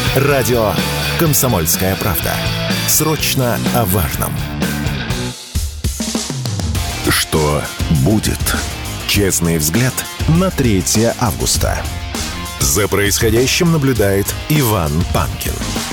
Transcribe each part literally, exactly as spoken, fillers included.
Радио «Комсомольская правда». Срочно о важном. Что будет? Честный взгляд на третье августа. За происходящим наблюдает Иван Панкин.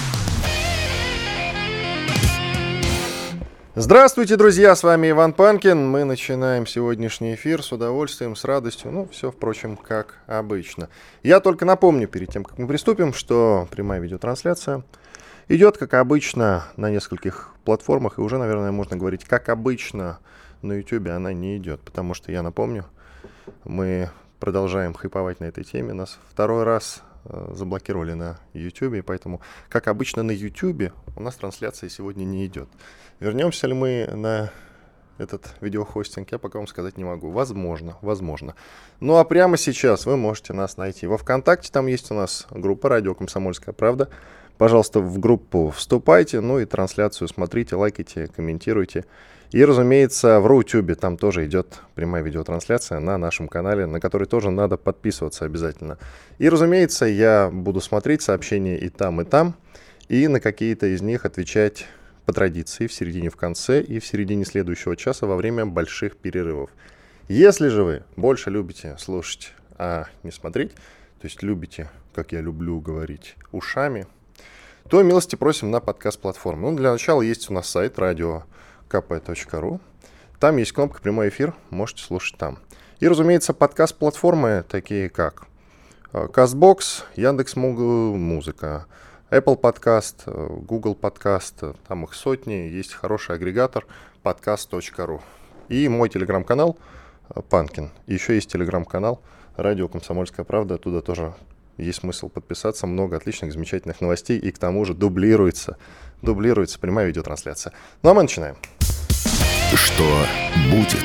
Здравствуйте, друзья, с вами Иван Панкин. Мы начинаем сегодняшний эфир с удовольствием, с радостью. Ну, все, впрочем, как обычно. Я только напомню, перед тем, как мы приступим, что прямая видеотрансляция идет, как обычно, на нескольких платформах. И уже, наверное, можно говорить, как обычно, на YouTube она не идет. Потому что, я напомню, мы продолжаем хайповать на этой теме. Нас второй раз э, заблокировали на YouTube. И поэтому, как обычно, на YouTube у нас трансляция сегодня не идет. Вернемся ли мы на этот видеохостинг, я пока вам сказать не могу. Возможно, возможно. Ну а прямо сейчас вы можете нас найти во ВКонтакте. Там есть у нас группа «Радио Комсомольская правда». Пожалуйста, в группу вступайте, ну и трансляцию смотрите, лайкайте, комментируйте. И, разумеется, в Рутюбе там тоже идет прямая видеотрансляция на нашем канале, на который тоже надо подписываться обязательно. И, разумеется, я буду смотреть сообщения и там, и там, и на какие-то из них отвечать по традиции в середине, в конце и в середине следующего часа во время больших перерывов. Если же вы больше любите слушать, а не смотреть, то есть любите, как я люблю говорить, ушами, то милости просим на подкаст-платформу. Ну, для начала есть у нас сайт радио ка пэ точка ру. Там есть кнопка «Прямой эфир», можете слушать там. И, разумеется, подкаст-платформы, такие как Castbox, Яндекс.Музыка, Apple Podcast, Google Podcast, там их сотни, есть хороший агрегатор подкаст точка ру. И мой телеграм-канал Панкин. Еще есть телеграм-канал «Радио Комсомольская правда», туда тоже есть смысл подписаться, много отличных, замечательных новостей, и к тому же дублируется, дублируется прямая видеотрансляция. Ну а мы начинаем. Что будет?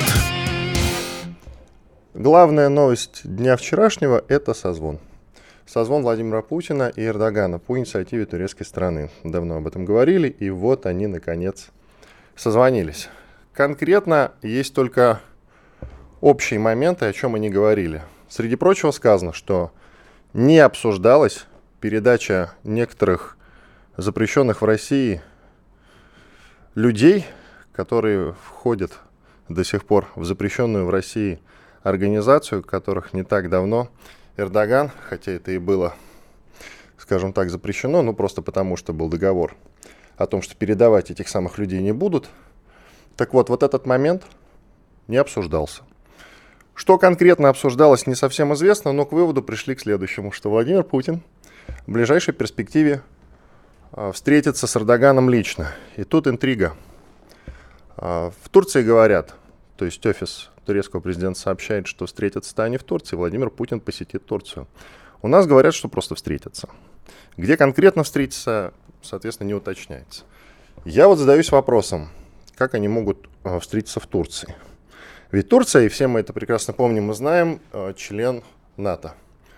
Главная новость дня вчерашнего – это созвон. Созвон Владимира Путина и Эрдогана по инициативе турецкой страны. Давно об этом говорили, и вот они, наконец, созвонились. Конкретно есть только общие моменты, о чем они говорили. Среди прочего сказано, что не обсуждалась передача некоторых запрещенных в России людей, которые входят до сих пор в запрещенную в России организацию, которых не так давно Эрдоган, хотя это и было, скажем так, запрещено, ну просто потому, что был договор о том, что передавать этих самых людей не будут. Так вот, вот этот момент не обсуждался. Что конкретно обсуждалось, не совсем известно, но к выводу пришли к следующему, что Владимир Путин в ближайшей перспективе встретится с Эрдоганом лично. И тут интрига. В Турции говорят, то есть офис турецкого президента сообщает, что встретятся-то они в Турции, Владимир Путин посетит Турцию. У нас говорят, что просто встретятся. Где конкретно встретиться, соответственно, не уточняется. Я вот задаюсь вопросом, как они могут встретиться в Турции? Ведь Турция, и все мы это прекрасно помним и знаем, член НАТО.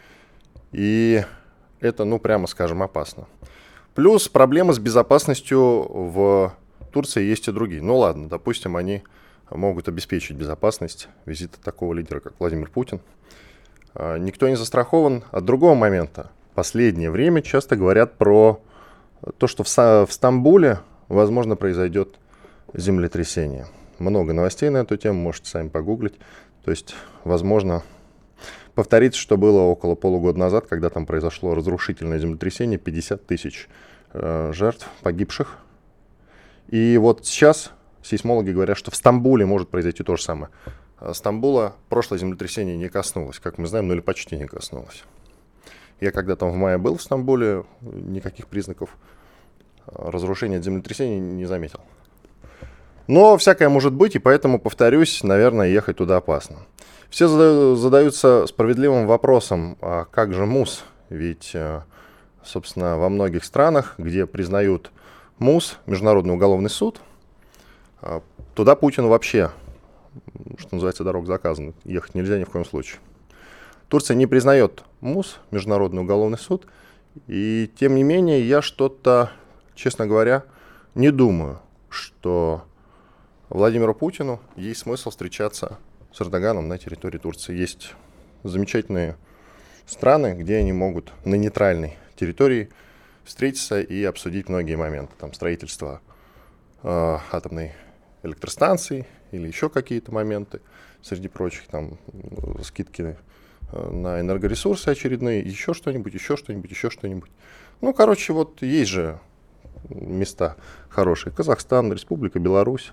И это, ну, прямо скажем, опасно. Плюс проблемы с безопасностью в Турции есть и другие. Ну ладно, допустим, они могут обеспечить безопасность визита такого лидера, как Владимир Путин. Никто не застрахован от другого момента. В последнее время часто говорят про то, что в Стамбуле, возможно, произойдет землетрясение. Много новостей на эту тему, можете сами погуглить. То есть, возможно, повторится, что было около полугода назад, когда там произошло разрушительное землетрясение, пятьдесят тысяч э, жертв, погибших. И вот сейчас сейсмологи говорят, что в Стамбуле может произойти то же самое. Стамбула прошлое землетрясение не коснулось, как мы знаем, ну или почти не коснулось. Я когда там в мае был в Стамбуле, никаких признаков разрушения от землетрясения не заметил. Но всякое может быть, и поэтому, повторюсь, наверное, ехать туда опасно. Все задаются справедливым вопросом, а как же МУС? Ведь, собственно, во многих странах, где признают МУС, Международный уголовный суд, туда Путину вообще, что называется, дорог заказан. Ехать нельзя ни в коем случае. Турция не признает МУС, Международный уголовный суд, и тем не менее я что-то, честно говоря, не думаю, что Владимиру Путину есть смысл встречаться с Эрдоганом на территории Турции. Есть замечательные страны, где они могут на нейтральной территории встретиться и обсудить многие моменты, там, строительства э, атомной электростанции или еще какие-то моменты, среди прочих, там, скидки на энергоресурсы очередные, еще что-нибудь, еще что-нибудь, еще что-нибудь. Ну, короче, вот есть же места хорошие. Казахстан, Республика Беларусь.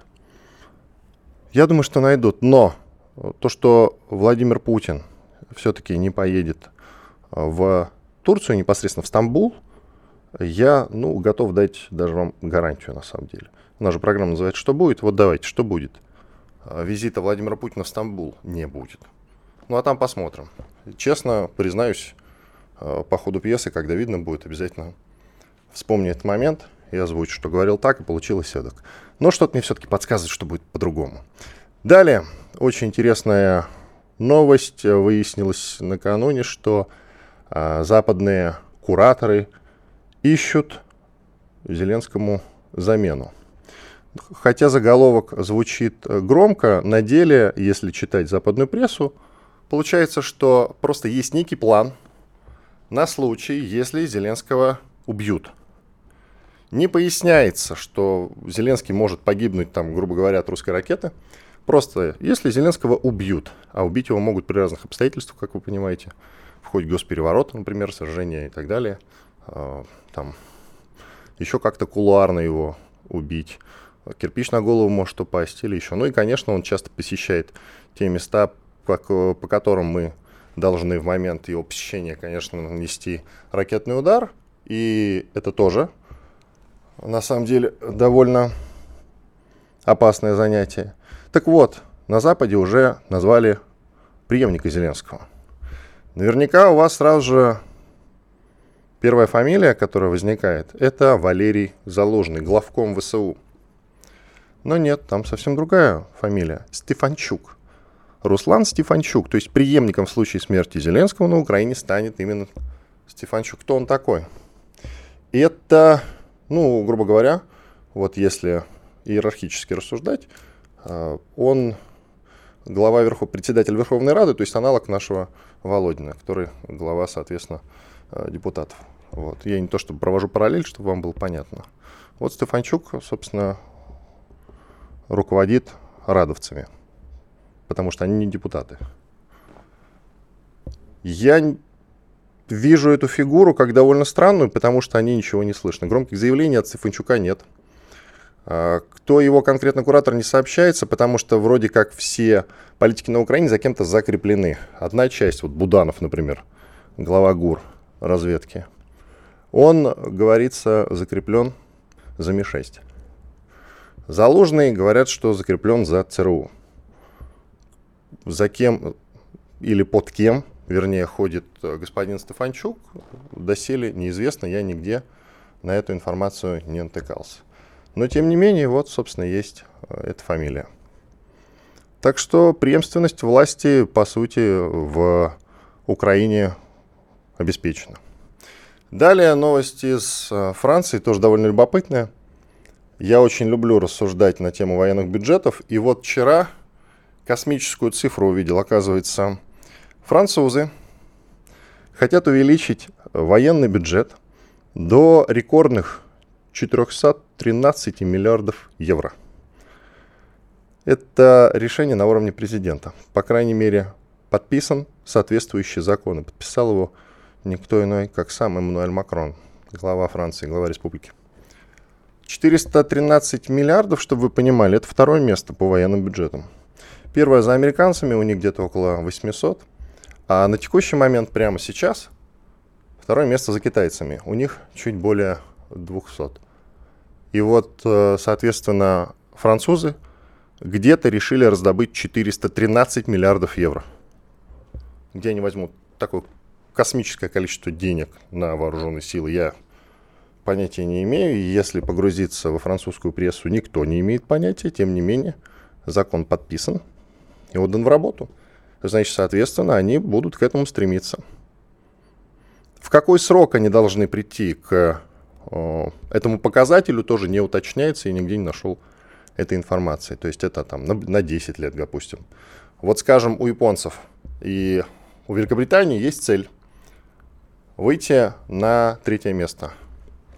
Я думаю, что найдут. Но то, что Владимир Путин все-таки не поедет в Турцию, непосредственно в Стамбул, я, ну, готов дать даже вам гарантию, на самом деле. У нас же программа называется «Что будет?». Вот давайте, что будет? Визита Владимира Путина в Стамбул не будет. Ну, а там посмотрим. Честно признаюсь, по ходу пьесы, когда видно будет, обязательно вспомню этот момент и озвучу, что говорил так, и получилось эдак. Но что-то мне все-таки подсказывает, что будет по-другому. Далее, очень интересная новость. Выяснилось накануне, что а, западные кураторы ищут Зеленскому замену. Хотя заголовок звучит громко, на деле, если читать западную прессу, получается, что просто есть некий план на случай, если Зеленского убьют. Не поясняется, что Зеленский может погибнуть, там, грубо говоря, от русской ракеты. Просто, если Зеленского убьют, а убить его могут при разных обстоятельствах, как вы понимаете, в ходе госпереворота, например, сожжения и так далее, там, еще как-то кулуарно его убить, кирпич на голову может упасть или еще. Ну и, конечно, он часто посещает те места, как, по которым мы должны в момент его посещения, конечно, нанести ракетный удар. И это тоже, на самом деле, довольно опасное занятие. Так вот, на Западе уже назвали преемника Зеленского. Наверняка у вас сразу же первая фамилия, которая возникает, это Валерий Залужный, главком ВСУ. Но нет, там совсем другая фамилия. Стефанчук. Руслан Стефанчук. То есть преемником в случае смерти Зеленского на Украине станет именно Стефанчук. Кто он такой? Это, ну, грубо говоря, вот если иерархически рассуждать, он глава верхов... председатель Верховной Рады, то есть аналог нашего Володина, который глава, соответственно, депутатов. Вот. Я не то чтобы провожу параллель, чтобы вам было понятно. Вот Стефанчук, собственно, руководит радовцами, потому что они не депутаты. Я вижу эту фигуру как довольно странную, потому что о ней ничего не слышно. Громких заявлений от Стефанчука нет. Кто его конкретно куратор, не сообщается, потому что вроде как все политики на Украине за кем-то закреплены. Одна часть, вот Буданов, например, глава ГУР разведки, он, говорится, закреплен за Ми шесть. Залужный, говорят, что закреплен за ЦРУ. За кем или под кем, вернее, ходит господин Стефанчук, доселе неизвестно, я нигде на эту информацию не натыкался. Но, тем не менее, вот, собственно, есть эта фамилия. Так что преемственность власти, по сути, в Украине обеспечена. Далее новость из Франции, тоже довольно любопытная. Я очень люблю рассуждать на тему военных бюджетов. И вот вчера космическую цифру увидел. Оказывается, французы хотят увеличить военный бюджет до рекордных четыреста тринадцать миллиардов евро. Это решение на уровне президента. По крайней мере, подписан соответствующий закон. И подписал его никто иной, как сам Эммануэль Макрон, глава Франции, глава республики. четыреста тринадцать миллиардов, чтобы вы понимали, это второе место по военным бюджетам. Первое за американцами, у них где-то около восемьсот. А на текущий момент, прямо сейчас, второе место за китайцами. У них чуть более двухсот. И вот, соответственно, французы где-то решили раздобыть четыреста тринадцать миллиардов евро. Где они возьмут такое космическое количество денег на вооруженные силы, я понятия не имею. И если погрузиться во французскую прессу, никто не имеет понятия. Тем не менее, закон подписан и отдан в работу. Значит, соответственно, они будут к этому стремиться. В какой срок они должны прийти к э, этому показателю, тоже не уточняется, и нигде не нашел этой информации. То есть это там на, на десять лет, допустим. Вот, скажем, у японцев и у Великобритании есть цель выйти на третье место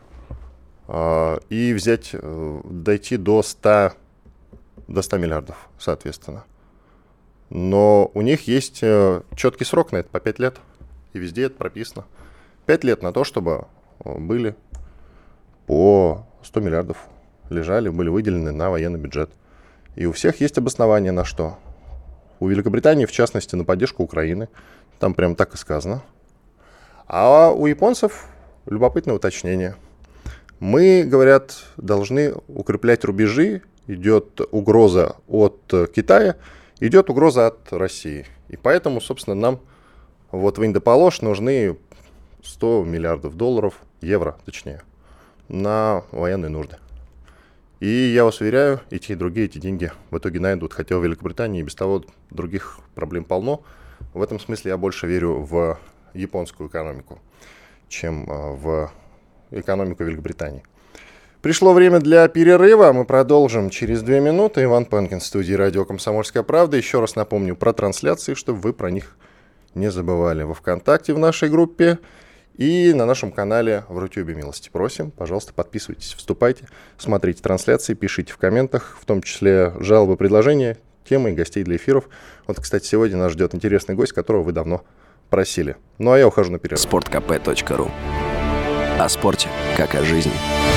и взять, дойти до ста, до ста миллиардов, соответственно. Но у них есть четкий срок на это, по пять лет, и везде это прописано. пять лет на то, чтобы были по сто миллиардов лежали, были выделены на военный бюджет. И у всех есть обоснование на что. У Великобритании, в частности, на поддержку Украины. Там прям так и сказано. А у японцев любопытное уточнение. Мы, говорят, должны укреплять рубежи. Идет угроза от Китая, идет угроза от России. И поэтому, собственно, нам вот в Индополож нужны сто миллиардов долларов, евро точнее, на военные нужды. И я вас уверяю, и те, и другие эти деньги в итоге найдут, хотя в Великобритании и без того других проблем полно. В этом смысле я больше верю в японскую экономику, чем в экономику Великобритании. Пришло время для перерыва. Мы продолжим через две минуты. Иван Панкин в студии радио «Комсомольская правда». Еще раз напомню про трансляции, чтобы вы про них не забывали. Во ВКонтакте в нашей группе и на нашем канале в Рутюбе. Милости просим. Пожалуйста, подписывайтесь, вступайте, смотрите трансляции, пишите в комментах, в том числе жалобы, предложения, темы и гостей для эфиров. Вот, кстати, сегодня нас ждет интересный гость, которого вы давно просили. Ну, а я ухожу на перерыв. спорт кэ пэ точка ру. О спорте, как о жизни.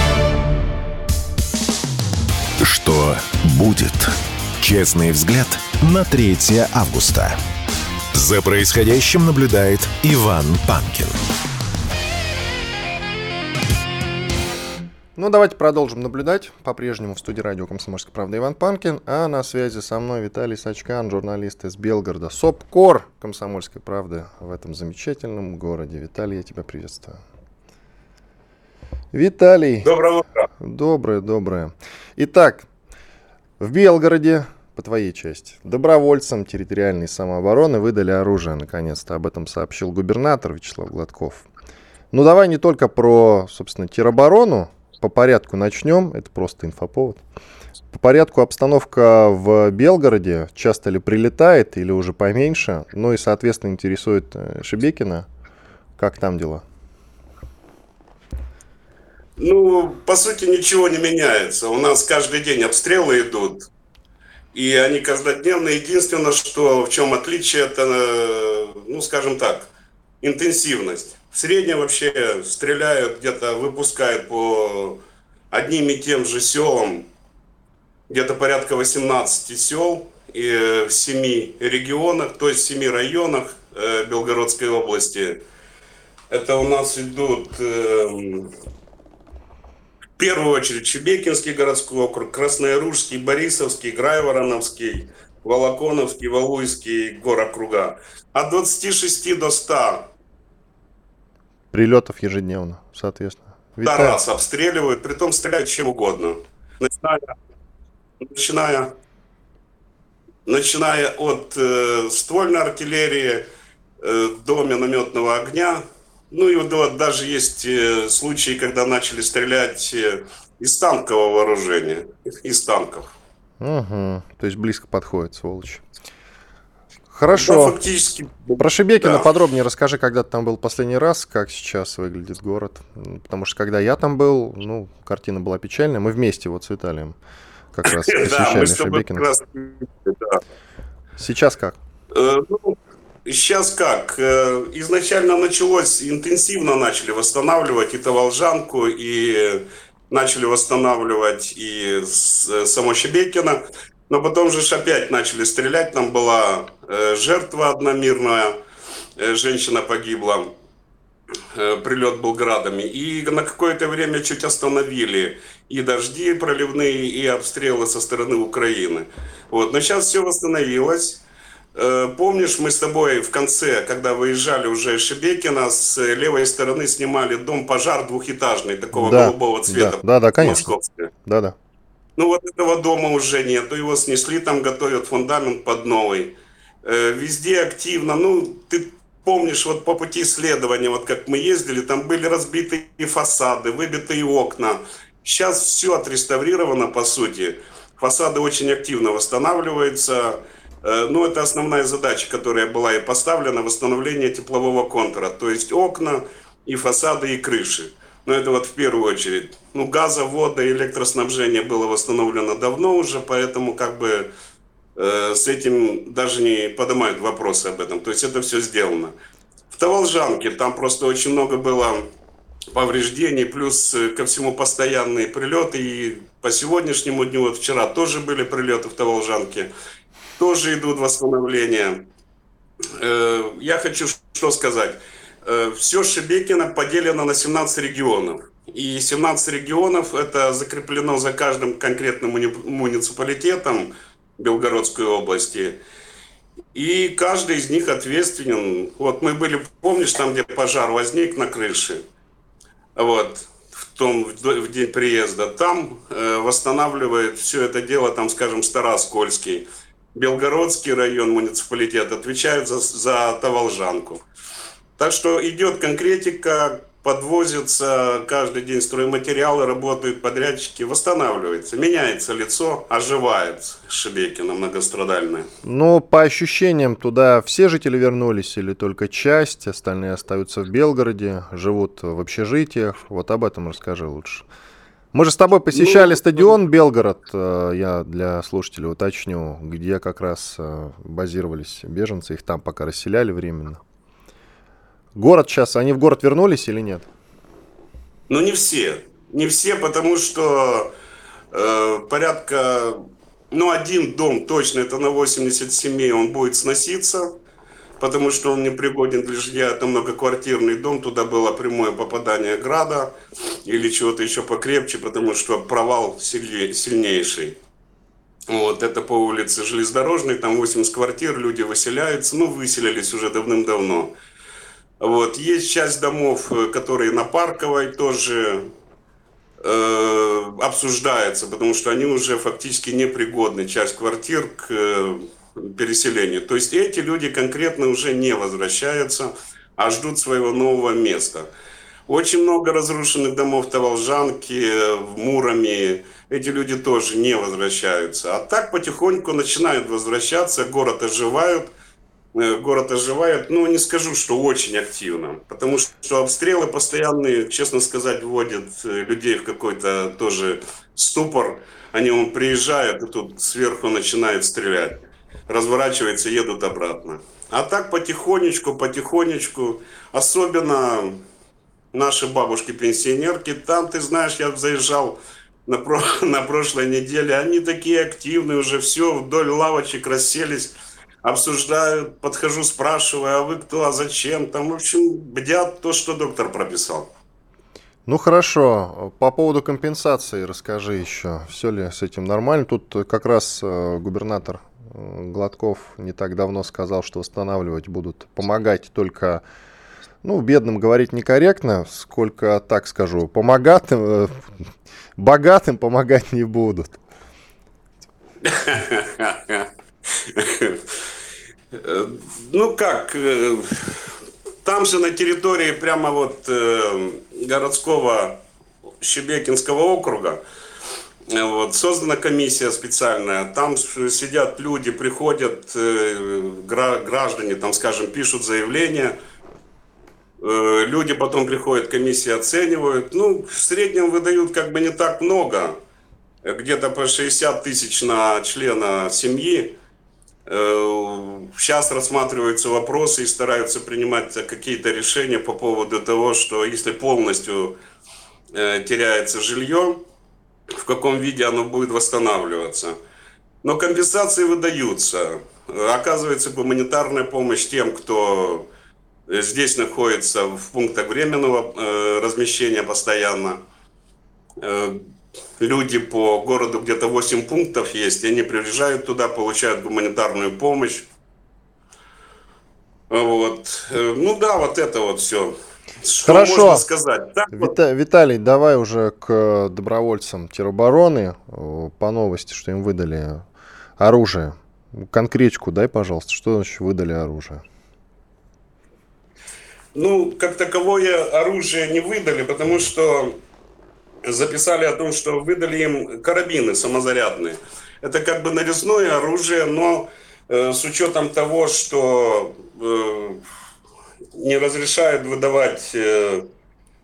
Что будет? Честный взгляд на третье августа. За происходящим наблюдает Иван Панкин. Ну, давайте продолжим наблюдать. По-прежнему в студии радио «Комсомольская правда» Иван Панкин, а на связи со мной Виталий Сачкан, журналист из Белгорода, СОПКОР «Комсомольской правды» в этом замечательном городе. Виталий, я тебя приветствую. Виталий. Доброе утро. Доброе, доброе. Итак, в Белгороде, по твоей части, добровольцам территориальной самообороны выдали оружие. Наконец-то об этом сообщил губернатор Вячеслав Гладков. Ну, давай не только про, собственно, тероборону. По порядку начнем. Это просто инфоповод. По порядку обстановка в Белгороде. Часто ли прилетает или уже поменьше? Ну и, соответственно, интересует Шебекина. Как там дела? Ну, по сути, ничего не меняется. У нас каждый день обстрелы идут. И они каждодневные. Единственное, что в чем отличие, это, ну, скажем так, интенсивность. В среднем вообще стреляют, где-то выпускают по одним и тем же селам, где-то порядка восемнадцати сел и в семи регионах, то есть в семи районах э, Белгородской области. Это у нас идут э, в первую очередь Шебекинский городской округ, Краснояружский, Борисовский, Грайвороновский, Волоконовский, Валуйский горокруга. От двадцати шести до ста. Прилетов ежедневно, соответственно. Да, раз обстреливают, притом стреляют чем угодно. Начиная, начиная, начиная от э, ствольной артиллерии э, до минометного огня. Ну и вот даже есть э, случаи, когда начали стрелять э, из танкового вооружения, из танков. Угу. То есть близко подходит, сволочь. Хорошо. Да, фактически. Про Шебекино Да. подробнее расскажи, когда ты там был последний раз, как сейчас выглядит город. Потому что когда я там был, ну, картина была печальная. Мы вместе вот с Виталием как раз посещали Шебекино. Сейчас как? Ну, сейчас как? Изначально началось, интенсивно начали восстанавливать и Таволжанку, и начали восстанавливать и само Шебекино. Но потом же опять начали стрелять. Там была э, жертва одна мирная, э, женщина погибла, э, прилет был градами. И на какое-то время чуть остановили и дожди проливные, и обстрелы со стороны Украины. Вот. Но сейчас все восстановилось. Э, помнишь, мы с тобой в конце, когда выезжали уже из Шебекина, с левой стороны снимали дом-пожар двухэтажный, такого да, голубого цвета. Да, да, да, конечно. Да, да. Ну вот этого дома уже нету, его снесли, там готовят фундамент под новый. Э, везде активно, ну ты помнишь, вот по пути исследования, вот как мы ездили, там были разбитые фасады, выбитые окна. Сейчас все отреставрировано по сути, фасады очень активно восстанавливаются. Э, ну это основная задача, которая была и поставлена, восстановление теплового контура, то есть окна и фасады и крыши. Но это вот в первую очередь. Ну, газа, вода и электроснабжение было восстановлено давно уже, поэтому как бы э, с этим даже не поднимают вопросы об этом. То есть это все сделано. В Таволжанке там просто очень много было повреждений, плюс ко всему постоянные прилеты. И по сегодняшнему дню, вот вчера тоже были прилеты в Таволжанке, тоже идут восстановления. Э, я хочу что сказать. Все Шебекино поделено на семнадцать регионов. И семнадцать регионов это закреплено за каждым конкретным муниципалитетом Белгородской области. И каждый из них ответственен. Вот мы были, помнишь, там, где пожар возник на крыше, вот, в том, в день приезда, там э, восстанавливает все это дело, там, скажем, Староскольский. Белгородский район, муниципалитет отвечает за, за Таволжанку. Так что идет конкретика, подвозятся каждый день стройматериалы, работают подрядчики, восстанавливается, меняется лицо, оживает Шебекино многострадальное. Ну, по ощущениям, туда все жители вернулись или только часть, остальные остаются в Белгороде, живут в общежитиях? Вот об этом расскажи лучше. Мы же с тобой посещали ну, стадион Белгород, я для слушателей уточню, где как раз базировались беженцы, их там пока расселяли временно. Город сейчас, они в город вернулись или нет? Ну, не все. Не все, потому что э, порядка, ну, один дом точно, это на восемьдесят семей, он будет сноситься, потому что он не пригоден для жилья. Это многоквартирный дом, туда было прямое попадание града или чего-то еще покрепче, потому что провал сильнейший. Вот, это по улице Железнодорожной, там восемьдесят квартир, люди выселяются, ну, выселились уже давным-давно. Вот. Есть часть домов, которые на Парковой тоже э, обсуждаются, потому что они уже фактически непригодны, часть квартир к э, переселению. То есть эти люди конкретно уже не возвращаются, а ждут своего нового места. Очень много разрушенных домов в Таволжанке, в Муроме. Эти люди тоже не возвращаются. А так потихоньку начинают возвращаться, город оживает. Город оживает, ну, не скажу, что очень активно, потому что обстрелы постоянные, честно сказать, вводят людей в какой-то тоже ступор. Они вон приезжают, и тут сверху начинают стрелять. Разворачиваются, едут обратно. А так потихонечку, потихонечку, особенно наши бабушки-пенсионерки, там, ты знаешь, я заезжал на, про... на прошлой неделе, они такие активные уже, все, вдоль лавочек расселись, обсуждают, подхожу, спрашиваю, а вы кто, а зачем? Там, в общем, бдят то, что доктор прописал. Ну хорошо, по поводу компенсации расскажи еще, все ли с этим нормально? Тут как раз губернатор Гладков не так давно сказал, что восстанавливать будут, помогать только, ну, бедным говорить некорректно, сколько, так скажу, помогатым, богатым помогать не будут. Ну как, там же на территории прямо вот городского Шебекинского округа вот, создана комиссия специальная, там сидят люди, приходят граждане, там, скажем, пишут заявления, люди потом приходят, комиссия оценивают, ну, в среднем выдают как бы не так много, где-то по шестьдесят тысяч на члена семьи. Сейчас рассматриваются вопросы и стараются принимать какие-то решения по поводу того, что если полностью теряется жилье, в каком виде оно будет восстанавливаться. Но компенсации выдаются. Оказывается, гуманитарная помощь тем, кто здесь находится в пунктах временного размещения постоянно. Люди по городу, где-то восемь пунктов есть, и они приезжают туда, получают гуманитарную помощь. Вот. Ну да, вот это вот все. Что Хорошо. Можно сказать? Так, Вита- вот. Виталий, давай уже к добровольцам теробороны. По новости, что им выдали оружие. Конкретику дай, пожалуйста, что значит выдали оружие? Ну, как таковое оружие не выдали, потому что записали о том, что выдали им карабины самозарядные. Это как бы нарезное оружие, но э, с учетом того, что э, не разрешают выдавать э,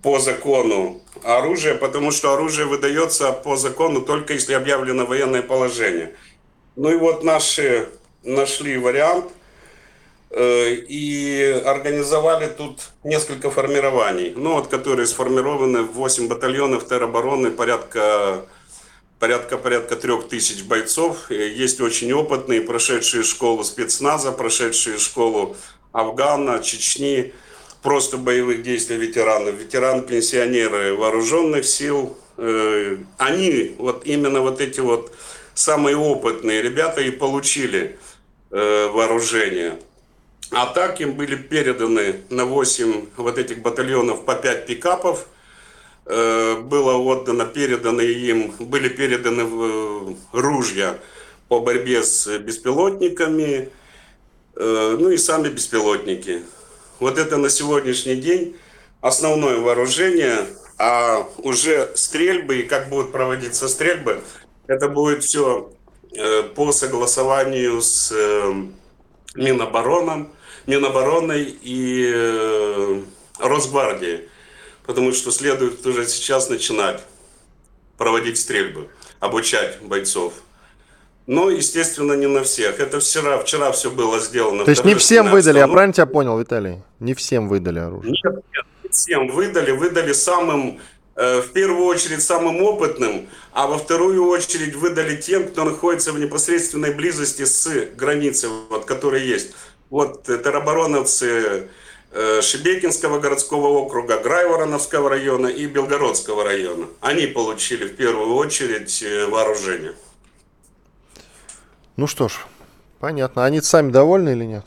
по закону оружие, потому что оружие выдается по закону только если объявлено военное положение. Ну и вот наши нашли вариант э, и организовали тут несколько формирований, ну вот которые сформированы в восемь батальонов теробороны, порядка порядка порядка трех тысяч бойцов. Есть очень опытные, прошедшие школу спецназа, прошедшие школу Афгана, Чечни, просто боевых действий ветеранов, ветераны-пенсионеры вооруженных сил. Они, вот именно вот эти вот самые опытные ребята и получили вооружение. А так им были переданы на восемь вот этих батальонов по пять пикапов. Было отдано, переданы им, были переданы ружья по борьбе с беспилотниками, ну и сами беспилотники. Вот это на сегодняшний день основное вооружение, а уже стрельбы и как будут проводиться стрельбы, это будет все по согласованию с Минобороном, Минобороной и Росгвардией, потому что следует уже сейчас начинать проводить стрельбы, обучать бойцов. Но, естественно, не на всех. Это вчера, вчера все было сделано. То есть не всем выдали, я правильно тебя понял, Виталий? Не всем выдали оружие? Нет, нет, не всем выдали. Выдали самым, э, в первую очередь, самым опытным, а во вторую очередь выдали тем, кто находится в непосредственной близости с границей, вот, которые есть. Вот теробороновцы э, Шебекинского городского округа, Грайвороновского района и Белгородского района. Они получили в первую очередь э, вооружение. Ну что ж, понятно. Они сами довольны или нет?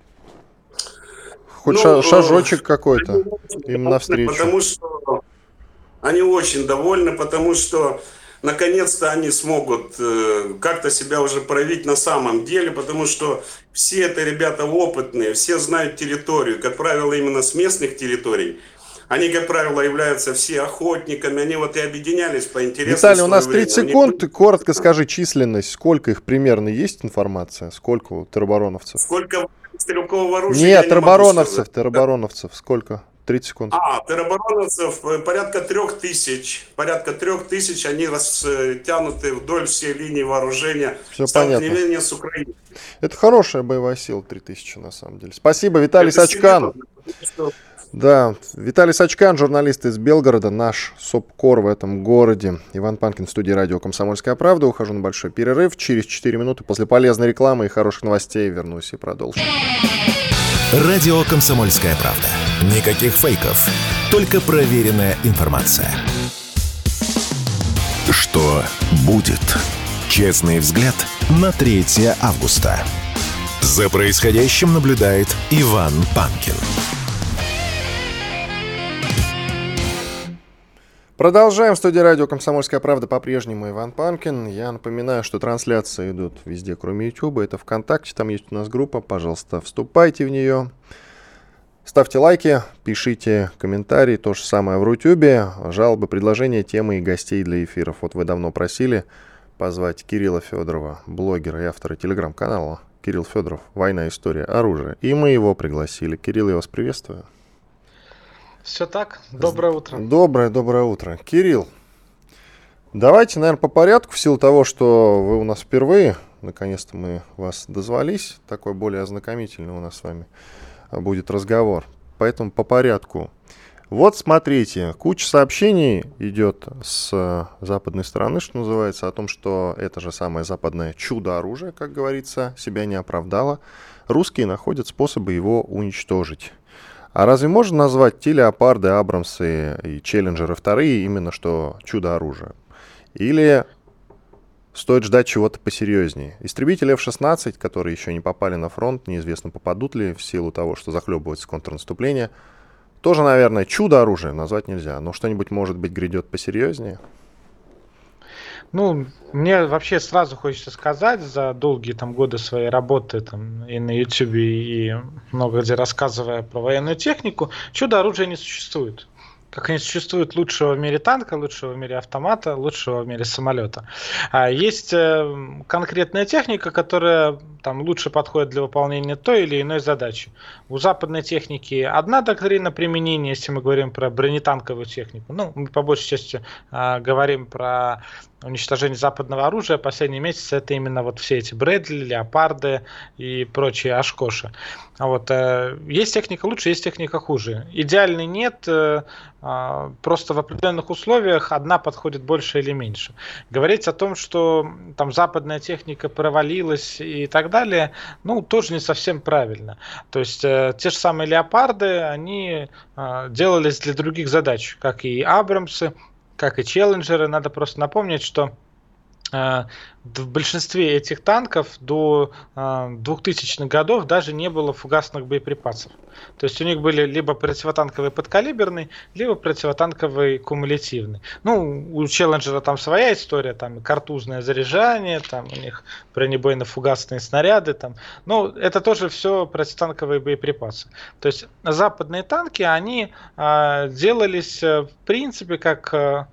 Хоть ну, шажочек какой-то им навстречу. Потому что они очень довольны, потому что наконец-то они смогут э, как-то себя уже проявить на самом деле, потому что все это ребята опытные, все знают территорию, как правило, именно с местных территорий. Они, как правило, являются все охотниками, они вот и объединялись по интересам. Виталий, у нас тридцать секунд, них... коротко скажи численность, сколько их примерно, есть информация? Сколько у теробороновцев? Сколько стрелкового оружия? Нет, теробороновцев, теробороновцев, сколько? тридцать секунд. А, теробороновцев порядка трех тысяч, порядка трех тысяч, они растянуты вдоль всей линии вооружения. Все понятно. С Украиной. Это хорошая боевая сила, три тысячи на самом деле. Спасибо, Виталий Это Сачкан. Серьезно. Да, Виталий Сачкан, журналист из Белгорода, наш СОПКОР в этом городе. Иван Панкин в студии радио «Комсомольская правда». Ухожу на большой перерыв. Через четыре минуты после полезной рекламы и хороших новостей вернусь и продолжу. Радио «Комсомольская правда». Никаких фейков, только проверенная информация. Что будет? Честный взгляд на третье августа. За происходящим наблюдает Иван Панкин. Продолжаем. В студии радио «Комсомольская правда» по-прежнему Иван Панкин. Я напоминаю, что трансляции идут везде, кроме YouTube. Это ВКонтакте, там есть у нас группа. Пожалуйста, вступайте в нее. Ставьте лайки, пишите комментарии. То же самое в Рутюбе. Жалобы, предложения, темы и гостей для эфиров. Вот вы давно просили позвать Кирилла Федорова, блогера и автора телеграм-канала. Кирилл Федоров, «Война, история, оружие». И мы его пригласили. Кирилл, я вас приветствую. Все так. Доброе утро. Доброе, доброе утро. Кирилл, давайте, наверное, по порядку, в силу того, что вы у нас впервые, наконец-то мы вас дозвались, такой более ознакомительный у нас с вами будет разговор. Поэтому по порядку. Вот смотрите, куча сообщений идет с западной стороны, что называется, о том, что это же самое западное чудо-оружие, как говорится, себя не оправдало. Русские находят способы его уничтожить. А разве можно назвать те леопарды, абрамсы и челленджеры вторые именно что чудо-оружие? Или стоит ждать чего-то посерьезнее? Истребители эф шестнадцать, которые еще не попали на фронт, неизвестно, попадут ли в силу того, что захлебывается контрнаступление, тоже, наверное, чудо-оружие назвать нельзя. Но что-нибудь, может быть, грядет посерьезнее? Ну, мне вообще сразу хочется сказать, за долгие там годы своей работы там, и на YouTube, и много где рассказывая про военную технику, чудо-оружия не существует. Как не существует лучшего в мире танка, лучшего в мире автомата, лучшего в мире самолета. Есть конкретная техника, которая там лучше подходят для выполнения той или иной задачи. У западной техники одна доктрина применения, если мы говорим про бронетанковую технику. Ну, мы по большей части э, говорим про уничтожение западного оружия. Последние месяцы это именно вот все эти Брэдли, Леопарды и прочие Ашкоши. А вот, э, есть техника лучше, есть техника хуже. Идеальной нет, э, э, просто в определенных условиях одна подходит больше или меньше. Говорить о том, что там западная техника провалилась и так далее, ну, тоже не совсем правильно. То есть э, те же самые Леопарды, они э, делались для других задач, как и Абрамсы, как и Челленджеры. Надо просто напомнить, что э, в большинстве этих танков до э, двухтысячных годов даже не было фугасных боеприпасов. То есть у них были либо противотанковый подкалиберный, либо противотанковый кумулятивный. Ну, у Челленджера там своя история, там картузное заряжание, там у них бронебойно-фугасные снаряды. Там. Но это тоже все противотанковые боеприпасы. То есть западные танки, они э, делались э, в принципе как э,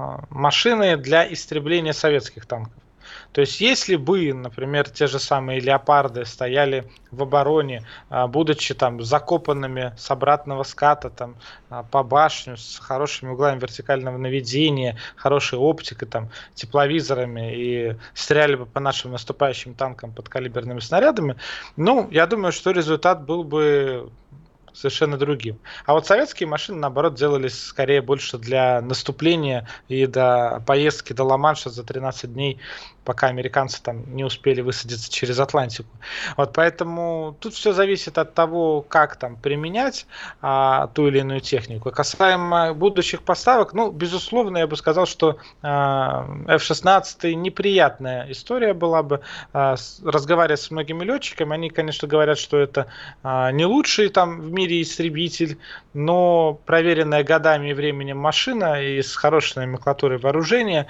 машины для истребления советских танков. То есть, если бы, например, те же самые Леопарды стояли в обороне, будучи там закопанными с обратного ската там, по башню, с хорошими углами вертикального наведения, хорошей оптикой, там, тепловизорами и стреляли бы по нашим наступающим танкам подкалиберными снарядами, ну, я думаю, что результат был бы совершенно другим. А вот советские машины, наоборот, делались скорее больше для наступления и до поездки до Ла-Манша за тринадцать дней, пока американцы там не успели высадиться через Атлантику. Вот поэтому тут все зависит от того, как там применять а, ту или иную технику. Касаемо будущих поставок, ну, безусловно, я бы сказал, что а, эф шестнадцать неприятная история была бы. А, с, разговаривая с многими летчиками, они, конечно, говорят, что это а, не лучший там в мире истребитель, но проверенная годами и временем машина и с хорошей номенклатурой вооружения,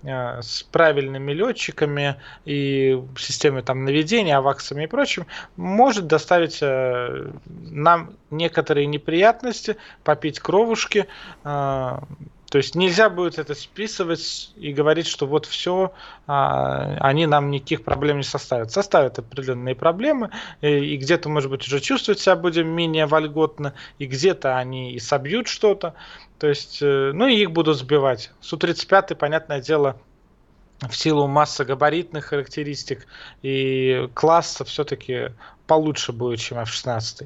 с правильными летчиками и системой там наведения, аваксами и прочим, может доставить э, нам некоторые неприятности, попить кровушки. Э, то есть нельзя будет это списывать и говорить, что вот все, э, они нам никаких проблем не составят. Составят определенные проблемы, и, и где-то, может быть, уже чувствовать себя будем менее вольготно, и где-то они и собьют что-то. То есть, ну и их будут сбивать. Су тридцать пять, понятное дело, в силу массогабаритных характеристик и класса все-таки получше будет, чем эф шестнадцать.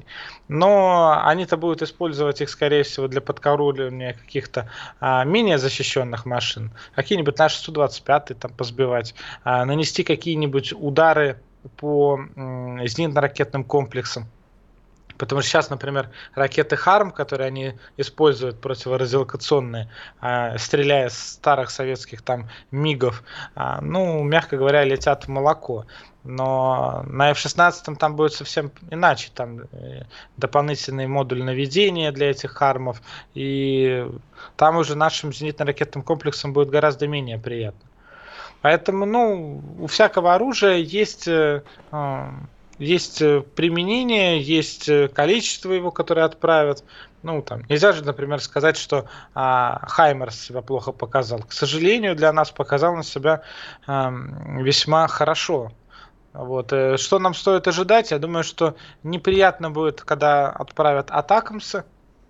Но они-то будут использовать их, скорее всего, для подкарауливания каких-то а, менее защищенных машин. Какие-нибудь наши Су двадцать пять там позбивать, а, нанести какие-нибудь удары по м, зенитно-ракетным комплексам. Потому что сейчас, например, ракеты Харм, которые они используют противорадиолокационные, э, стреляя с старых советских там МиГов, э, ну, мягко говоря, летят в молоко. Но на эф шестнадцать там будет совсем иначе. Там э, дополнительный модуль наведения для этих Хармов. И там уже нашим зенитно-ракетным комплексам будет гораздо менее приятно. Поэтому, ну, у всякого оружия есть... Э, э, Есть применение, есть количество его, которое отправят. Ну, там, нельзя же, например, сказать, что а, Хаймерс себя плохо показал. К сожалению, для нас показал он себя а, весьма хорошо. Вот. Что нам стоит ожидать? Я думаю, что неприятно будет, когда отправят Атакамсы.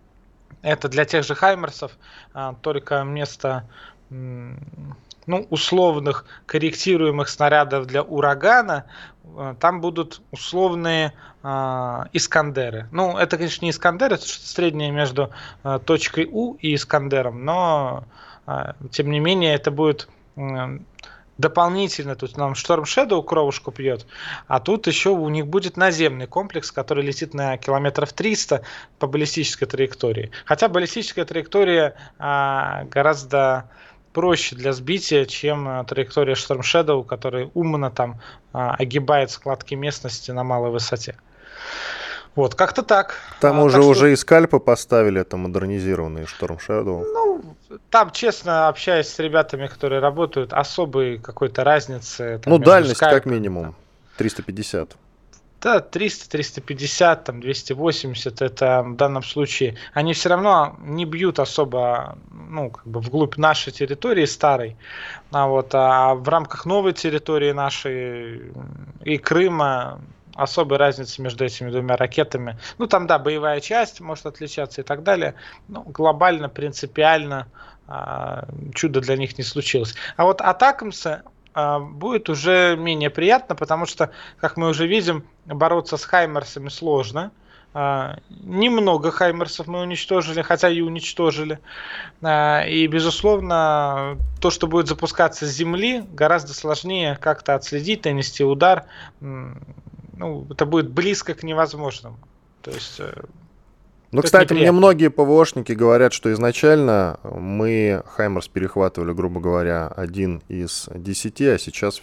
Это для тех же Хаймерсов, а, только вместо... ну, условных корректируемых снарядов для урагана, там будут условные э, Искандеры. Ну, это, конечно, не Искандеры, это что-то среднее между э, точкой У и Искандером, но, э, тем не менее, это будет э, дополнительно. Тут нам Storm Shadow кровушку пьет, а тут еще у них будет наземный комплекс, который летит на километров триста по баллистической траектории. Хотя баллистическая траектория э, гораздо... проще для сбития, чем траектория Storm Shadow, который умно там а, огибает складки местности на малой высоте. Вот, как-то так. Там а, уже, так что... уже и скальпы поставили, это модернизированные Storm Shadow. Ну, там, честно, общаясь с ребятами, которые работают, особой какой-то разницы. Там, ну, дальность скальпами, как минимум там, триста пятьдесят. Да, триста, триста пятьдесят, там, двести восемьдесят, это в данном случае, они все равно не бьют особо ну, как бы вглубь нашей территории старой, а, вот, а в рамках новой территории нашей и Крыма особой разницы между этими двумя ракетами. Ну, там, да, боевая часть может отличаться и так далее. Но глобально, принципиально а, чудо для них не случилось. А вот атакамсы а, будет уже менее приятно, потому что, как мы уже видим, бороться с хаймерсами сложно. А, немного хаймерсов мы уничтожили, хотя и уничтожили. А, и, безусловно, то, что будет запускаться с земли, гораздо сложнее как-то отследить, нанести удар. Ну, это будет близко к невозможному. То есть, ну, кстати, мне многие ПВОшники говорят, что изначально мы Хаймерс перехватывали, грубо говоря, один из десяти, а сейчас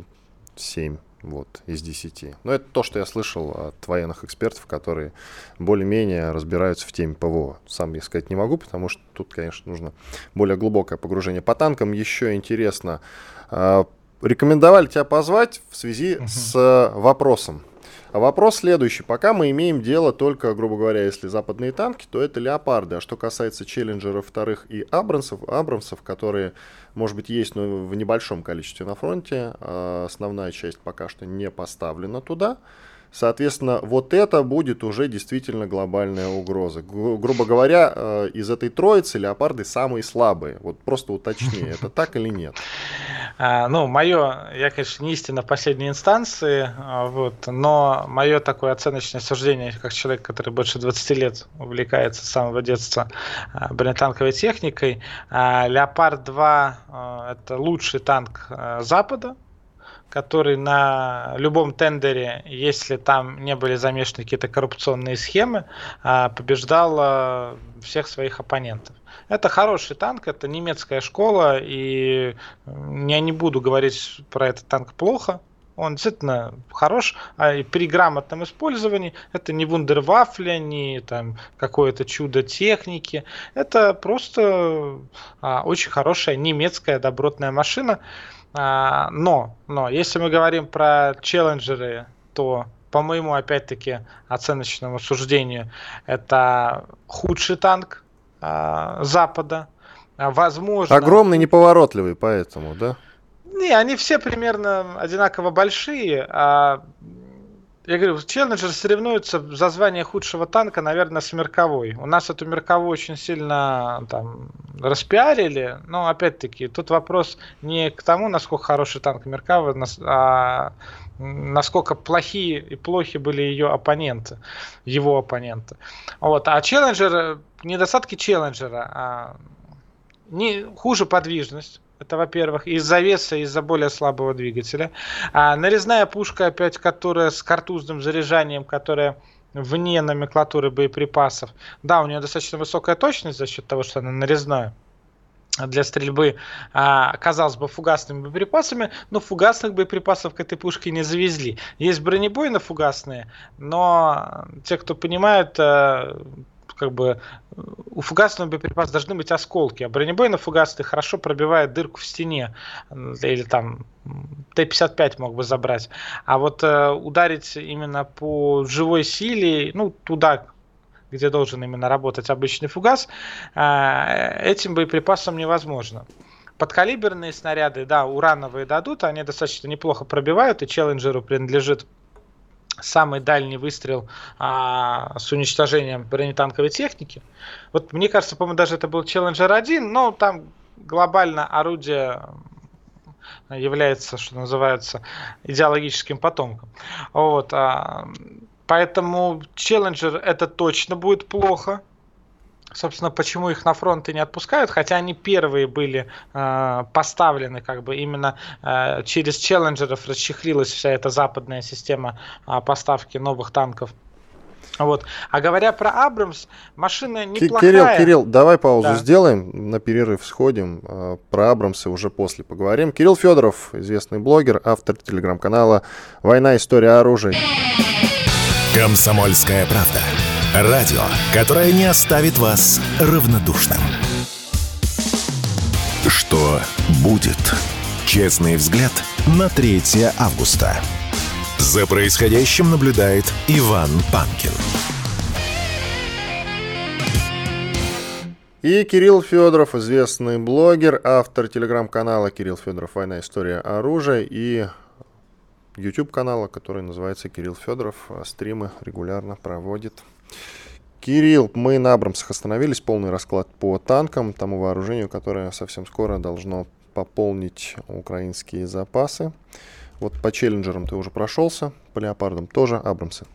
семь вот, из десяти. Но это то, что я слышал от военных экспертов, которые более-менее разбираются в теме ПВО. Сам я сказать не могу, потому что тут, конечно, нужно более глубокое погружение. По танкам еще интересно. Рекомендовали тебя позвать в связи uh-huh. с вопросом. А вопрос следующий. Пока мы имеем дело только, грубо говоря, если западные танки, то это леопарды. А что касается челленджеров вторых и абрамсов, абрамсов, которые, может быть, есть, но в небольшом количестве на фронте, основная часть пока что не поставлена туда. Соответственно, вот это будет уже действительно глобальная угроза. Гру- грубо говоря, э, из этой троицы леопарды самые слабые. Вот просто уточни, это так или нет? А, ну, мое, я, конечно, не истина в последней инстанции, вот, но мое такое оценочное суждение, как человек, который больше двадцати лет увлекается с самого детства бронетанковой техникой, Леопард два это лучший танк Запада, который на любом тендере, если там не были замешаны какие-то коррупционные схемы, побеждал всех своих оппонентов. Это хороший танк, это немецкая школа, и я не буду говорить про этот танк плохо. Он действительно хорош, а при грамотном использовании это не вундервафля, не там какое-то чудо техники. Это просто а, очень хорошая немецкая добротная машина. А, но, но, если мы говорим про челленджеры, то, по моему, опять-таки, оценочному суждению, это худший танк а, Запада. А, возможно... Огромный, неповоротливый, поэтому, да? Не, они все примерно одинаково большие. А, я говорю, челленджеры соревнуются за звание худшего танка, наверное, с Мерковой. У нас эту Мерковую очень сильно там распиарили, но опять-таки тут вопрос не к тому, насколько хороший танк Меркавы, а насколько плохие и плохи были ее оппоненты, его оппоненты. Вот. А челленджер, недостатки челленджера, а, не, хуже подвижность. Это, во-первых, из-за веса, из-за более слабого двигателя. А нарезная пушка, опять, которая с картузным заряжанием, которая вне номенклатуры боеприпасов. Да, у нее достаточно высокая точность за счет того, что она нарезная для стрельбы, а, казалось бы, фугасными боеприпасами, но фугасных боеприпасов к этой пушке не завезли. Есть бронебойно-фугасные, но те, кто понимают, как бы у фугасного боеприпаса должны быть осколки, а бронебойно-фугасный хорошо пробивает дырку в стене, или там Т пятьдесят пять мог бы забрать. А вот э, ударить именно по живой силе, ну, туда, где должен именно работать обычный фугас, э, этим боеприпасом невозможно. Подкалиберные снаряды, да, урановые дадут, они достаточно неплохо пробивают, и челленджеру принадлежит самый дальний выстрел а, с уничтожением бронетанковой техники. Вот мне кажется, по-моему, даже это был Челленджер один, но там глобально орудие является, что называется, идеологическим потомком. Вот, а, поэтому Челленджер это точно будет плохо. Собственно, почему их на фронт и не отпускают, хотя они первые были э, поставлены, как бы именно э, через челленджеров расчехлилась вся эта западная система э, поставки новых танков. Вот. А говоря про Абрамс, машина неплохая. Кирилл, Кирилл, давай паузу да. сделаем, на перерыв сходим, э, про Абрамсы уже после поговорим. Кирилл Федоров, известный блогер, автор телеграм-канала «Война. История оружия». «Комсомольская правда». Радио, которое не оставит вас равнодушным. Что будет? Честный взгляд на третье августа. За происходящим наблюдает Иван Панкин. И Кирилл Федоров, известный блогер, автор телеграм-канала Кирилл Федоров «Война, история, оружие» и YouTube-канала, который называется Кирилл Федоров. Стримы регулярно проводит. Кирилл, мы на Абрамсах остановились. Полный расклад по танкам, тому вооружению, которое совсем скоро должно пополнить украинские запасы. Вот по челленджерам ты уже прошелся, по леопардам тоже. Абрамсы.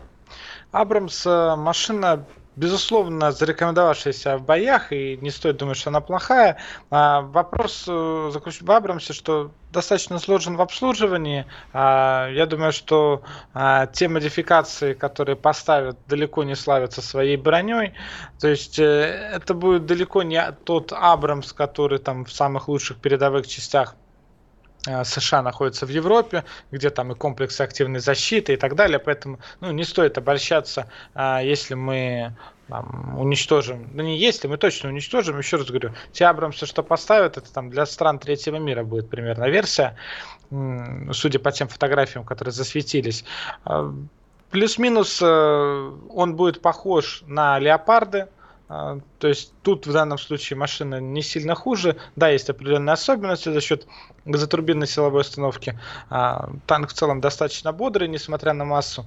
Абрамс машина, безусловно, зарекомендовавшаяся в боях, и не стоит думать, что она плохая. А, вопрос заключен в Абрамсе, что достаточно сложен в обслуживании. А, я думаю, что а, те модификации, которые поставят, далеко не славятся своей броней. То есть э, это будет далеко не тот Абрамс, который там в самых лучших передовых частях США находится в Европе, где там и комплексы активной защиты и так далее, поэтому ну, не стоит обольщаться, если мы там, уничтожим, ну не если, мы точно уничтожим, еще раз говорю, те Абрамсы, что поставят, это там для стран третьего мира будет примерно версия, судя по тем фотографиям, которые засветились. Плюс-минус он будет похож на леопарды. То есть тут в данном случае машина не сильно хуже. Да, есть определенные особенности за счет газотурбинной силовой установки. Танк в целом достаточно бодрый, несмотря на массу.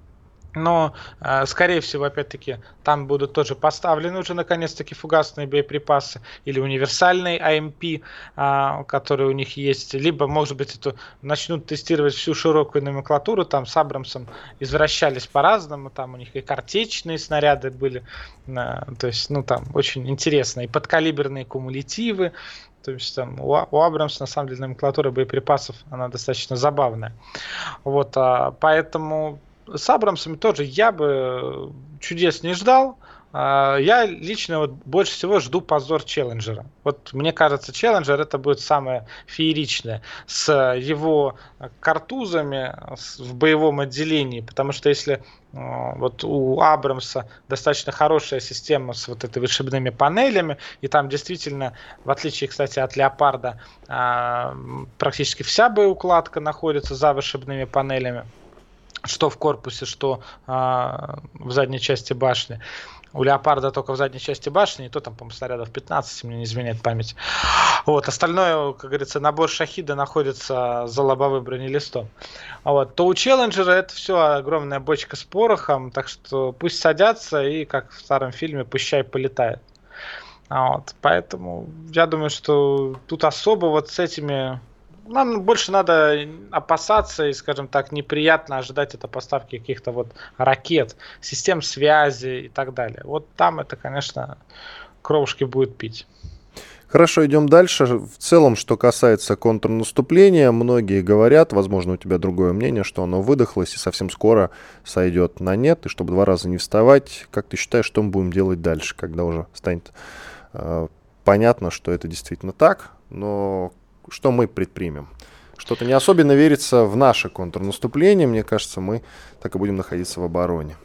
Но, скорее всего, опять-таки, там будут тоже поставлены уже наконец-таки фугасные боеприпасы или универсальные а эм пи, которые у них есть. Либо, может быть, это начнут тестировать всю широкую номенклатуру. Там с Абрамсом извращались по-разному. Там у них и картечные снаряды были. То есть, ну, там очень интересно. И подкалиберные кумулятивы. То есть там у, у Абрамса на самом деле номенклатура боеприпасов, она достаточно забавная. Вот, а, поэтому с Абрамсами тоже я бы чудес не ждал. Я лично вот больше всего жду позор Челленджера. Вот мне кажется, Челленджер это будет самое фееричное с его картузами в боевом отделении, потому что если вот у Абрамса достаточно хорошая система с вот этой вышибными панелями, и там действительно, в отличие, кстати, от Леопарда, практически вся боеукладка находится за вышибными панелями, что в корпусе, что а, в задней части башни. У Леопарда только в задней части башни, и то там, по-моему, снарядов пятнадцать, мне не изменяет память. Вот, остальное, как говорится, набор шахида находится за лобовым бронелистом. Вот, то у Челленджера это все огромная бочка с порохом, так что пусть садятся и, как в старом фильме, пущай полетает. Вот, поэтому я думаю, что тут особо вот с этими... Нам больше надо опасаться и, скажем так, неприятно ожидать это поставки каких-то вот ракет, систем связи и так далее. Вот там это, конечно, кровушки будет пить. Хорошо, идем дальше. В целом, что касается контрнаступления, многие говорят, возможно, у тебя другое мнение, что оно выдохлось и совсем скоро сойдет на нет, и чтобы два раза не вставать. Как ты считаешь, что мы будем делать дальше, когда уже станет э, понятно, что это действительно так, но... Что мы предпримем? Что-то не особенно верится в наше контрнаступление. Мне кажется, мы так и будем находиться в обороне.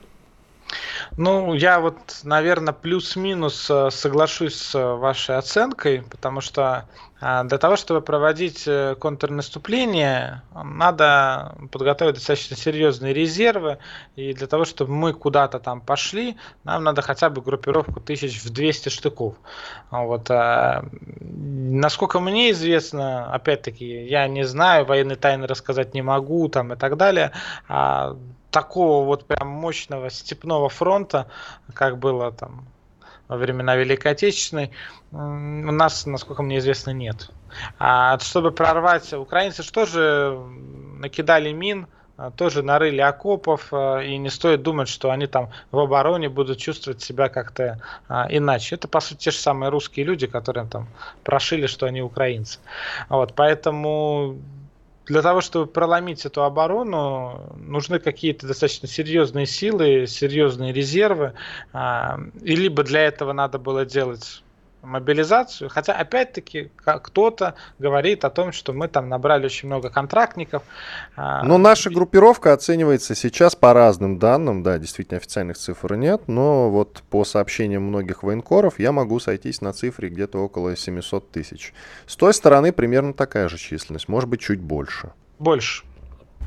Ну, я вот, наверное, плюс-минус соглашусь с вашей оценкой, потому что для того, чтобы проводить контрнаступление, надо подготовить достаточно серьезные резервы, и для того, чтобы мы куда-то там пошли, нам надо хотя бы группировку тысяч в двести штыков. Вот. Насколько мне известно, опять-таки, я не знаю, военные тайны рассказать не могу там, и так далее, такого вот прям мощного степного фронта, как было там во времена Великой Отечественной, у нас, насколько мне известно, нет. А чтобы прорвать, украинцы что же накидали мин, тоже нарыли окопов, и не стоит думать, что они там в обороне будут чувствовать себя как-то иначе. Это, по сути, те же самые русские люди, которые там прошили, что они украинцы. Вот, поэтому... Для того, чтобы проломить эту оборону, нужны какие-то достаточно серьезные силы, серьезные резервы. И либо для этого надо было делать мобилизацию, хотя опять-таки кто-то говорит о том, что мы там набрали очень много контрактников. Но наша группировка оценивается сейчас по разным данным, да, действительно официальных цифр нет, но вот по сообщениям многих военкоров я могу сойтись на цифре где-то около семьсот тысяч. С той стороны примерно такая же численность, может быть чуть больше. Больше.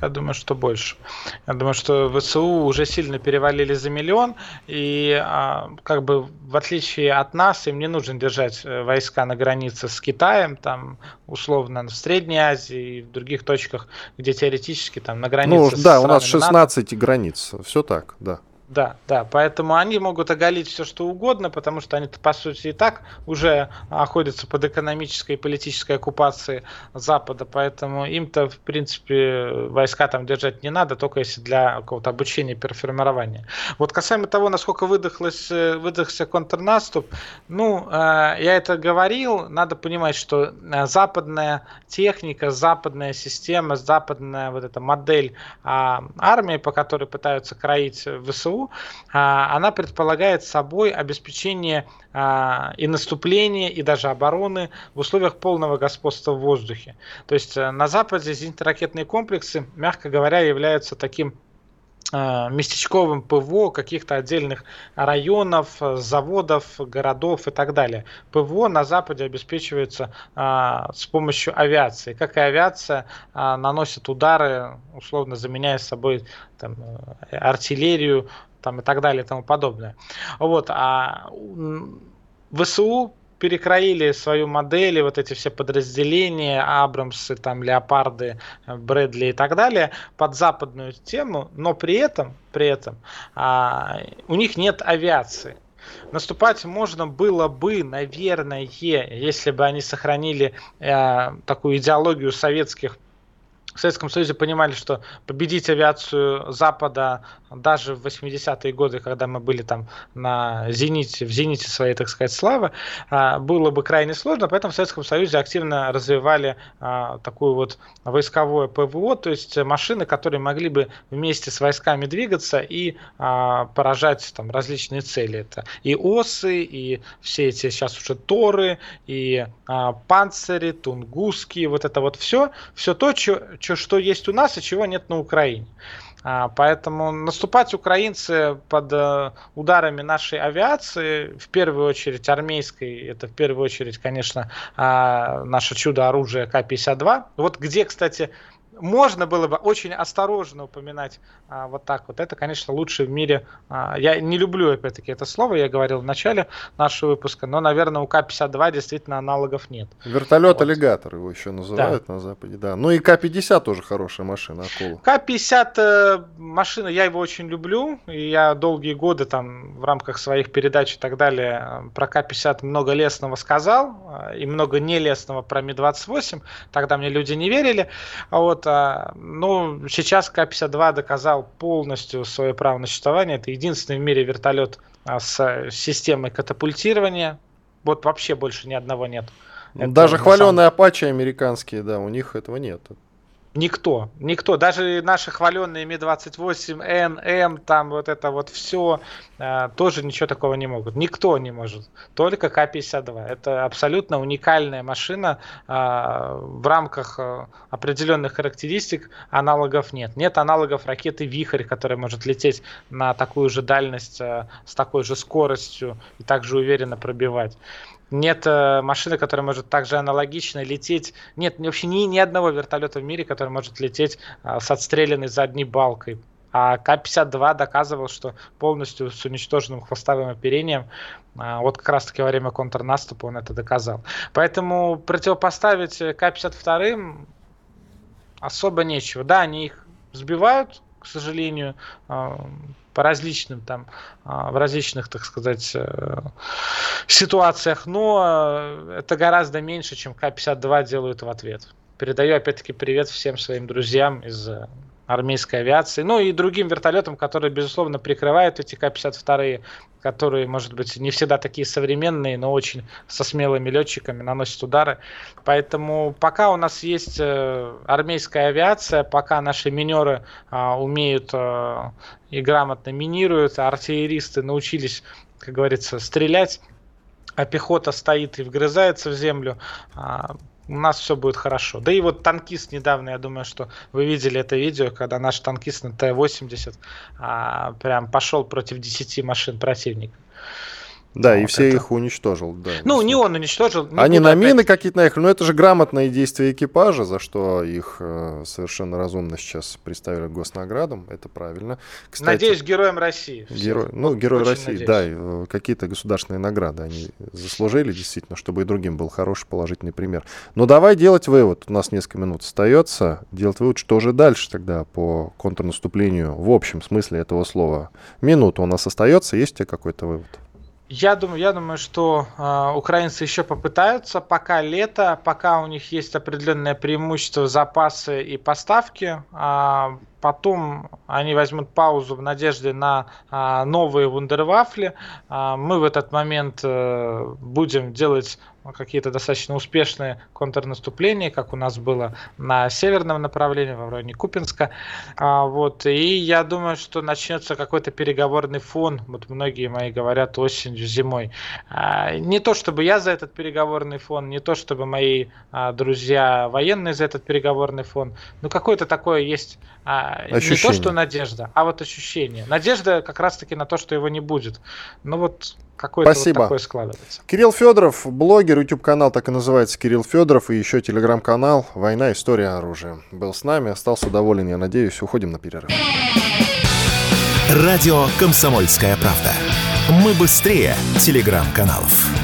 Я думаю, что больше. Я думаю, что ВСУ уже сильно перевалили за миллион, и как бы в отличие от нас, им не нужно держать войска на границе с Китаем, там условно в Средней Азии и в других точках, где теоретически там на границе ну, с да, у нас странами шестнадцать НАТО. Границ, все так, да. Да, да, поэтому они могут оголить все, что угодно, потому что они, по сути, и так уже находятся под экономической и политической оккупацией Запада, поэтому им-то, в принципе, войска там держать не надо, только если для какого-то обучения и переформирования. Вот касаемо того, насколько выдохлось, выдохся контрнаступ, ну, я это говорил, надо понимать, что западная техника, западная система, западная вот эта модель армии, по которой пытаются кроить ВСУ, она предполагает собой обеспечение и наступления, и даже обороны в условиях полного господства в воздухе. То есть на Западе зенитно-ракетные комплексы, мягко говоря, являются таким местечковым ПВО каких-то отдельных районов, заводов, городов и так далее. ПВО на Западе обеспечивается а, с помощью авиации. Как и авиация а, наносит удары, условно заменяя собой там, артиллерию там, и так далее и тому подобное. Вот, а ВСУ перекроили свою модель, вот эти все подразделения, Абрамсы, там, Леопарды, Брэдли и так далее, под западную тему, но при этом, при этом а, у них нет авиации. Наступать можно было бы, наверное, если бы они сохранили а, такую идеологию советских. В Советском Союзе понимали, что победить авиацию Запада даже в восьмидесятые годы, когда мы были там на зените, в зените своей, так сказать, славы, было бы крайне сложно, поэтому в Советском Союзе активно развивали такую вот войсковое ПВО, то есть машины, которые могли бы вместе с войсками двигаться и поражать там различные цели. Это и осы, и все эти сейчас уже торы, и панцири, тунгуски, вот это вот все, все то, что, что есть у нас и чего нет на Украине. Поэтому наступать украинцы под ударами нашей авиации, в первую очередь армейской, это в первую очередь, конечно, наше чудо-оружие Ка пятьдесят два. Вот где, кстати, можно было бы очень осторожно упоминать а, вот так вот. Это, конечно, лучший в мире. А, я не люблю, опять-таки, это слово, я говорил в начале нашего выпуска, но, наверное, у Ка пятьдесят два действительно аналогов нет. Вертолет-аллигатор вот. Его еще называют, да, на Западе. Да. Ну и Ка пятьдесят тоже хорошая машина. Акула. Ка пятьдесят э, машина, я его очень люблю. И я долгие годы там в рамках своих передач и так далее про Ка пятьдесят много лестного сказал. И много нелестного про Ми двадцать восемь. Тогда мне люди не верили. Вот. Ну, сейчас Ка пятьдесят два доказал полностью свое право на существование. Это единственный в мире вертолет с системой катапультирования. Вот вообще больше ни одного нет. Даже хваленые Апачи американские, да, у них этого нет. Никто, никто, даже наши хваленные Ми двадцать восемь, Эн, М, там вот это вот все, э, тоже ничего такого не могут. Никто не может, только Ка пятьдесят два. Это абсолютно уникальная машина, э, в рамках э, определенных характеристик аналогов нет. Нет аналогов ракеты «Вихрь», которая может лететь на такую же дальность, э, с такой же скоростью и также уверенно пробивать. Нет э, машины, которая может также аналогично лететь. Нет вообще ни, ни одного вертолета в мире, который может лететь э, с отстрелянной задней балкой. А Ка пятьдесят два доказывал, что полностью с уничтоженным хвостовым оперением, э, вот как раз таки во время контрнаступа он это доказал. Поэтому противопоставить Ка пятьдесят два особо нечего. Да, они их сбивают, к сожалению, э, по различным там, в различных, так сказать, ситуациях, но это гораздо меньше, чем Ка пятьдесят два делают в ответ. Передаю опять-таки привет всем своим друзьям из армейской авиации, ну и другим вертолетам, которые, безусловно, прикрывают эти Ка пятьдесят два, которые, может быть, не всегда такие современные, но очень со смелыми летчиками наносят удары. Поэтому пока у нас есть армейская авиация, пока наши минеры а, умеют а, и грамотно минируют, а артиллеристы научились, как говорится, стрелять, а пехота стоит и вгрызается в землю, а, у нас все будет хорошо. Да и вот танкист недавно, я думаю, что вы видели это видео, когда наш танкист на Т восемьдесят а, прям пошел против десяти машин противника. Да, вот и все это. их уничтожил. Да, ну, не он уничтожил. Не Они буду на мины опять... какие-то наехали, но это же грамотные действия экипажа, за что их э, совершенно разумно сейчас представили к госнаградам. Это правильно. Кстати, Надеюсь, героям России. Герой, ну, Герой Очень России, надеюсь. да, э, какие-то государственные награды они заслужили действительно, чтобы и другим был хороший положительный пример. Но давай делать вывод, у нас несколько минут остается, делать вывод, что же дальше тогда по контрнаступлению в общем смысле этого слова. Минута у нас остается, есть у тебя какой-то вывод? Я думаю, я думаю, что э, украинцы еще попытаются, пока лето, пока у них есть определенное преимущество, запасы и поставки. А потом они возьмут паузу в надежде на а, новые вундервафли. А, мы в этот момент а, будем делать какие-то достаточно успешные контрнаступления, как у нас было на северном направлении, в районе Купинска. А, вот. И я думаю, что начнется какой-то переговорный фон. Вот многие мои говорят осенью, зимой. А, не то, чтобы я за этот переговорный фон, не то, чтобы мои а, друзья военные за этот переговорный фон. Но какое-то такое есть... Ощущение. Не то, что надежда, а вот ощущение. Надежда как раз-таки на то, что его не будет. Ну вот какое-то вот такое складывается. Кирилл Федоров, блогер, YouTube-канал так и называется Кирилл Федоров, и еще телеграм-канал «Война. История оружия». Был с нами, остался доволен, я надеюсь. Уходим на перерыв. Радио «Комсомольская правда». Мы быстрее телеграм-каналов.